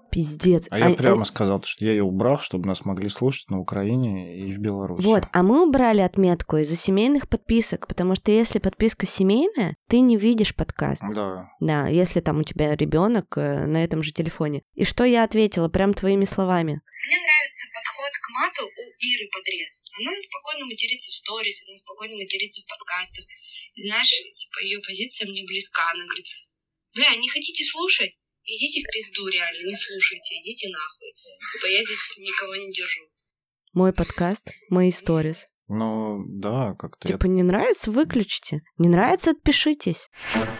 Пиздец. А я прямо сказал, что я ее убрал, чтобы нас могли слушать на Украине и в Беларуси. Вот, а мы убрали отметку из-за семейных подписок, потому что если подписка семейная, ты не видишь подкаст. Да. Да, если там у тебя ребенок на этом же телефоне. И что я ответила прям твоими словами? Мне нравится подход к мату у Иры Подрез. Она спокойно матерится в сторис, она спокойно матерится в подкастах. И знаешь, ее позиция мне близка. Она говорит, бля, не хотите слушать? Идите в пизду, реально, не слушайте, идите нахуй. Типа я здесь никого не держу. Мой подкаст, мои сторис. Ну, да, как-то... Типа не нравится, выключите. Не нравится, отпишитесь.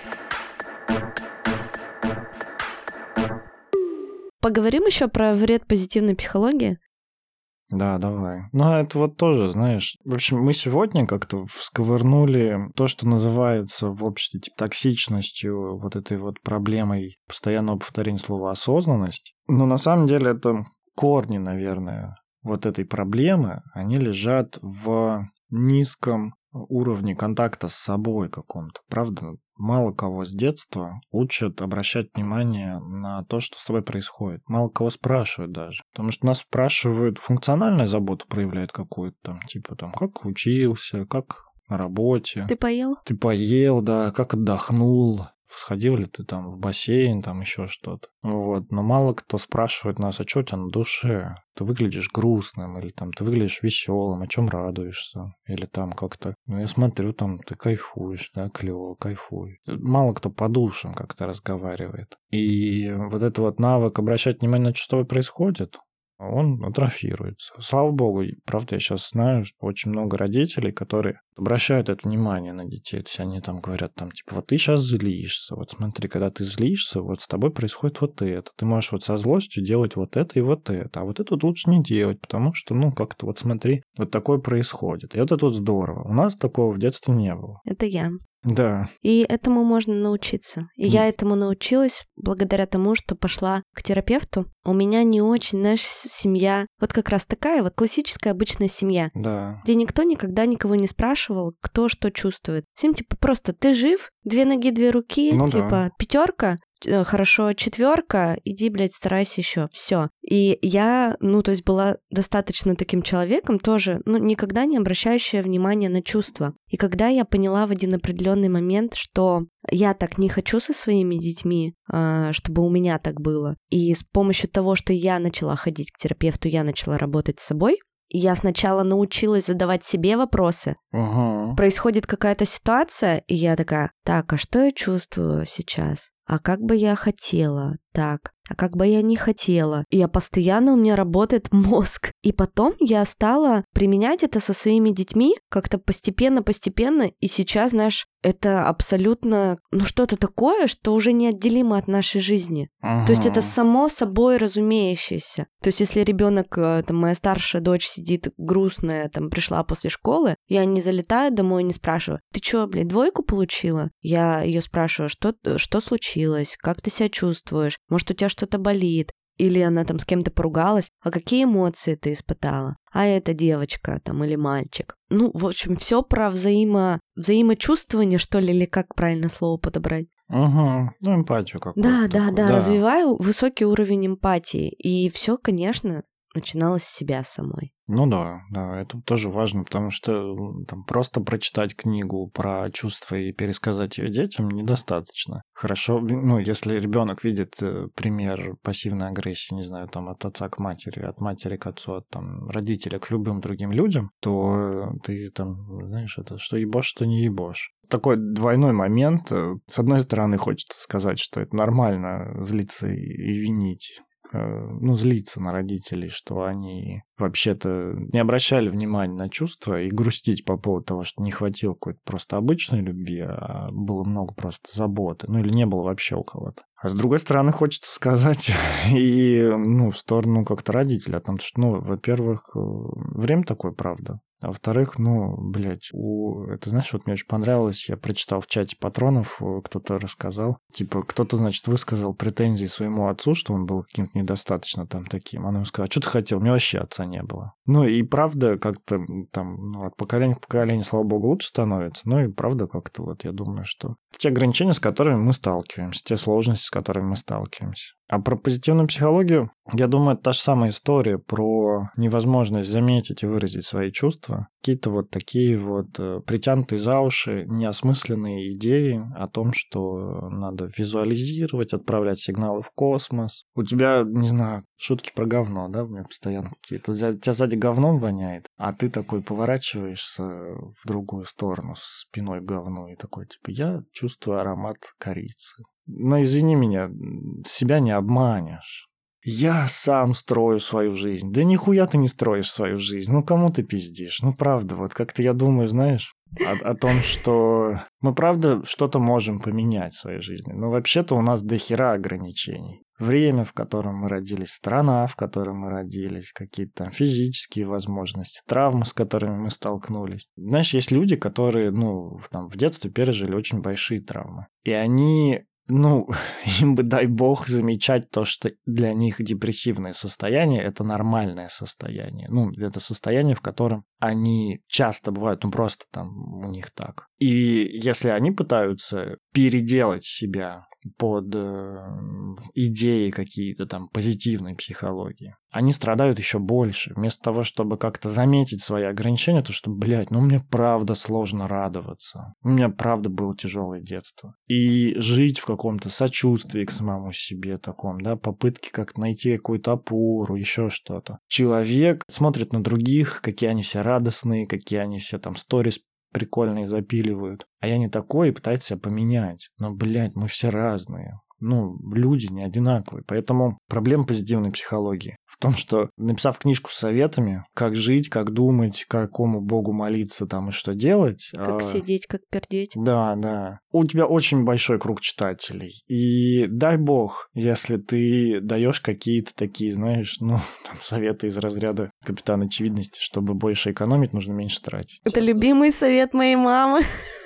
Поговорим еще про вред позитивной психологии? Да, давай. Ну, это вот тоже, знаешь... В общем, мы сегодня как-то всковырнули то, что называется в обществе типа токсичностью, вот этой вот проблемой постоянного повторения слова «осознанность». Но на самом деле это корни, наверное, вот этой проблемы, они лежат в низком уровне контакта с собой каком-то. Правда, мало кого с детства учат обращать внимание на то, что с тобой происходит. Мало кого спрашивают даже. Потому что нас спрашивают, функциональную заботу проявляют какую-то там, типа там, как учился, как на работе. Ты поел? Ты поел, да, как отдохнул. Сходил ли ты там в бассейн, там еще что-то. Вот. Но мало кто спрашивает нас, а что у тебя на душе? Ты выглядишь грустным, или там ты выглядишь веселым, о чем радуешься? Или там как-то, ну я смотрю, там ты кайфуешь, да, клево, кайфуй. Мало кто по душам как-то разговаривает. И вот этот вот навык обращать внимание на что с тобой происходит, он атрофируется. Слава богу, правда, я сейчас знаю, что очень много родителей, которые обращают это внимание на детей. То есть они там говорят, там, типа, вот ты сейчас злишься, вот смотри, когда ты злишься, вот с тобой происходит вот это. Ты можешь вот со злостью делать вот это и вот это. А вот это вот лучше не делать, потому что, ну, как-то вот смотри, вот такое происходит. И вот это вот здорово. У нас такого в детстве не было. Это я. Да. И этому можно научиться. И я этому научилась благодаря тому, что пошла к терапевту. У меня не очень, знаешь, семья, вот как раз такая вот классическая обычная семья, Да. где никто никогда никого не спрашивал, кто что чувствует. Всем типа просто ты жив, 2 ноги, 2 руки, Ну типа 5, хорошо, 4, иди, блядь, старайся еще, все. И я, ну, то есть была достаточно таким человеком тоже, ну, никогда не обращающая внимания на чувства. И когда я поняла в один определенный момент, что я так не хочу со своими детьми, чтобы у меня так было, и с помощью того, что я начала ходить к терапевту, я начала работать с собой, я сначала научилась задавать себе вопросы. Угу. Происходит какая-то ситуация, и я такая, так, а что я чувствую сейчас? А как бы я хотела? Так, а как бы я не хотела? И постоянно у меня работает мозг. И потом я стала применять это со своими детьми как-то постепенно, и сейчас, знаешь, это абсолютно, ну, что-то такое, что уже неотделимо от нашей жизни. Угу. То есть это само собой разумеющееся. То есть если ребенок, там, моя старшая дочь сидит грустная, там, пришла после школы, я не залетаю домой и не спрашиваю, ты чё, блядь, 2 получила? Я ее спрашиваю, что случилось, как ты себя чувствуешь, может, у тебя что-то болит? Или она там с кем-то поругалась, а какие эмоции ты испытала? А это девочка там или мальчик? Ну, в общем, все про взаимочувствование, что ли, или как правильно слово подобрать? Угу. Ну, эмпатию какую-то. Да, развиваю высокий уровень эмпатии. И все, конечно, начиналось с себя самой. Ну да, это тоже важно, потому что там просто прочитать книгу про чувства и пересказать ее детям недостаточно. Хорошо, ну, если ребенок видит пример пассивной агрессии, не знаю, там от отца к матери, от матери к отцу, от там родителя к любым другим людям, то ты там, знаешь, это что ебошь, что не ебошь. Такой двойной момент. С одной стороны, хочется сказать, что это нормально злиться и винить. Ну, злиться на родителей, что они вообще-то не обращали внимания на чувства и грустить по поводу того, что не хватило какой-то просто обычной любви, а было много просто заботы, ну или не было вообще у кого-то. А с другой стороны, хочется сказать и, ну, в сторону как-то родителей о том, что, ну, во-первых, время такое, правда. А во-вторых, это, знаешь, вот мне очень понравилось, я прочитал в чате патронов, кто-то рассказал, типа, кто-то, значит, высказал претензии своему отцу, что он был каким-то недостаточно там таким. Он ему сказал: а что ты хотел? У меня вообще отца не было. И правда, как-то там, от поколения к поколению, слава богу, лучше становится. И правда, как-то вот я думаю, что те ограничения, с которыми мы сталкиваемся, те сложности, с которыми мы сталкиваемся. А про позитивную психологию, я думаю, это та же самая история про невозможность заметить и выразить свои чувства. Какие-то вот такие вот притянутые за уши, неосмысленные идеи о том, что надо визуализировать, отправлять сигналы в космос. У тебя, не знаю, шутки про говно, да, у меня постоянно какие-то. Тебя сзади говном воняет, а ты такой поворачиваешься в другую сторону, спиной к говну, и такой, типа, я чувствую аромат корицы. Но извини меня, себя не обманешь. Я сам строю свою жизнь. Да нихуя ты не строишь свою жизнь. Кому ты пиздишь? Правда, вот как-то я думаю, знаешь, о том, что мы, правда, что-то можем поменять в своей жизни. Но вообще-то у нас дохера ограничений. Время, в котором мы родились, страна, в которой мы родились, какие-то там физические возможности, травмы, с которыми мы столкнулись. Знаешь, есть люди, которые, в детстве пережили очень большие травмы. И они... им бы, дай бог, замечать то, что для них депрессивное состояние – это нормальное состояние. Это состояние, в котором они часто бывают, просто там у них так. И если они пытаются переделать себя под идеи какие-то там позитивной психологии, они страдают еще больше. Вместо того, чтобы как-то заметить свои ограничения, то что, мне правда сложно радоваться. У меня правда было тяжелое детство. И жить в каком-то сочувствии к самому себе таком, да, попытки как-то найти какую-то опору, еще что-то. Человек смотрит на других, какие они все радостные, какие они все там сторис прикольные запиливают. А я не такой, и пытается себя поменять. Но, мы все разные. Люди не одинаковые. Поэтому проблема позитивной психологии в том, что, написав книжку с советами, как жить, как думать, какому богу молиться там и что делать... Как сидеть, как пердеть. Да. У тебя очень большой круг читателей. И дай бог, если ты даешь какие-то такие, знаешь, советы из разряда капитана очевидности, чтобы больше экономить, нужно меньше тратить. Это любимый совет моей мамы.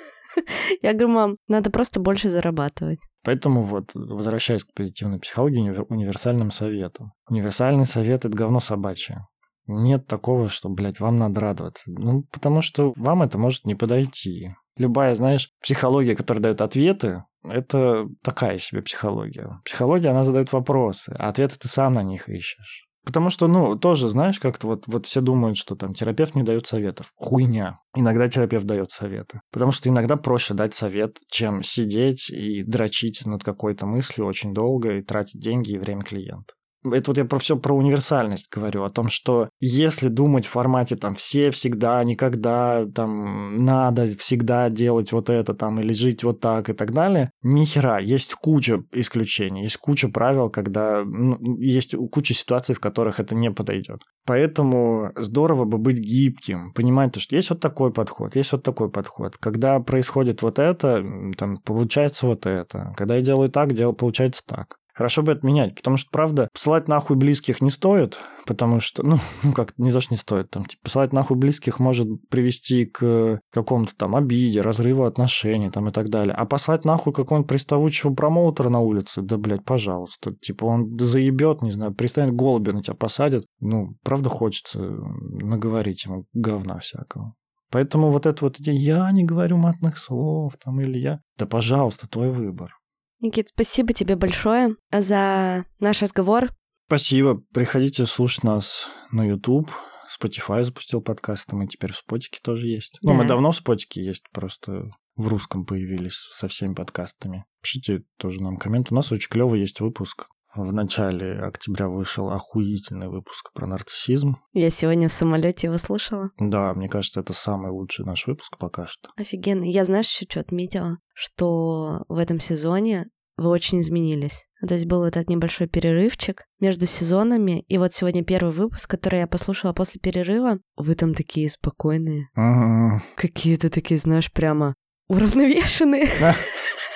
Я говорю: мам, надо просто больше зарабатывать. Поэтому возвращаясь к позитивной психологии, универсальным советом. Универсальный совет – это говно собачье. Нет такого, что, вам надо радоваться. Потому что вам это может не подойти. Любая, знаешь, психология, которая дает ответы, это такая себе психология. Психология, она задает вопросы, а ответы ты сам на них ищешь. Потому что, тоже, знаешь, как-то вот все думают, что там терапевт не дает советов. Хуйня. Иногда терапевт дает советы. Потому что иногда проще дать совет, чем сидеть и дрочить над какой-то мыслью очень долго и тратить деньги и время клиента. Это я про универсальность говорю, о том, что если думать в формате там все, всегда, никогда, там надо всегда делать вот это там или жить вот так и так далее, ни хера, есть куча исключений, есть куча правил, когда есть куча ситуаций, в которых это не подойдет. Поэтому здорово бы быть гибким, понимать, что есть вот такой подход, есть вот такой подход. Когда происходит вот это, там получается вот это. Когда я делаю так, получается так. Хорошо бы это менять, потому что, правда, посылать нахуй близких не стоит, потому что, не то, что не стоит, посылать нахуй близких может привести к какому-то там обиде, разрыву отношений там и так далее. А послать нахуй какого-нибудь приставучего промоутера на улице, да, пожалуйста, он заебет, не знаю, пристанет голубя на тебя посадит, правда хочется наговорить ему говна всякого. Поэтому вот это вот идея, я не говорю матных слов, или я... Да, пожалуйста, твой выбор. Никит, спасибо тебе большое за наш разговор. Спасибо. Приходите слушать нас на YouTube. Spotify запустил подкасты, мы теперь в Спотике тоже есть. Да. Мы давно в Спотике есть, просто в русском появились со всеми подкастами. Пишите тоже нам коммент. У нас очень клевый есть выпуск. В начале октября вышел охуительный выпуск про нарциссизм. Я сегодня в самолете его слушала. Да, мне кажется, это самый лучший наш выпуск пока что. Офигенно. Я, знаешь, еще что отметила? Что в этом сезоне вы очень изменились. То есть был этот небольшой перерывчик между сезонами. И вот сегодня первый выпуск, который я послушала после перерыва. Вы там такие спокойные. Ага. Какие-то такие, знаешь, прямо уравновешенные.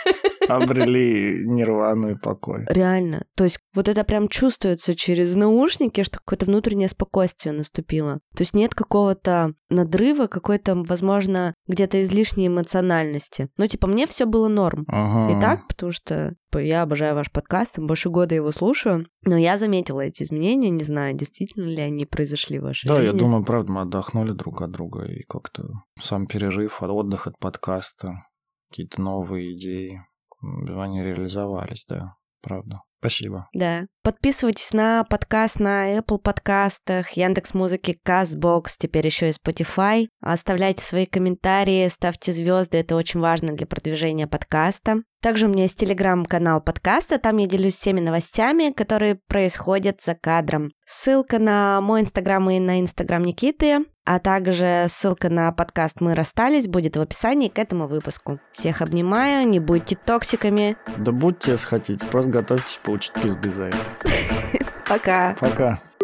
обрели нирвану и покой. Реально. То есть вот это прям чувствуется через наушники, что какое-то внутреннее спокойствие наступило. То есть нет какого-то надрыва, какой-то, возможно, где-то излишней эмоциональности. Но типа мне все было норм. Ага. И так, потому что я обожаю ваш подкаст, больше года его слушаю, но я заметила эти изменения, не знаю, действительно ли они произошли в вашей жизни. Да, я думаю, правда, мы отдохнули друг от друга, и как-то сам перерыв, отдых от подкаста, какие-то новые идеи, они реализовались, да, правда. Спасибо. Да. Подписывайтесь на подкаст на Apple подкастах, Яндекс.Музыке, Castbox, теперь еще и Spotify. Оставляйте свои комментарии, ставьте звезды, это очень важно для продвижения подкаста. Также у меня есть телеграм-канал подкаста, там я делюсь всеми новостями, которые происходят за кадром. Ссылка на мой инстаграм и на инстаграм Никиты, а также ссылка на подкаст «Мы расстались» будет в описании к этому выпуску. Всех обнимаю, не будьте токсиками. Да будьте, если хотите, просто готовьтесь получить пизды за это. Пока. Пока.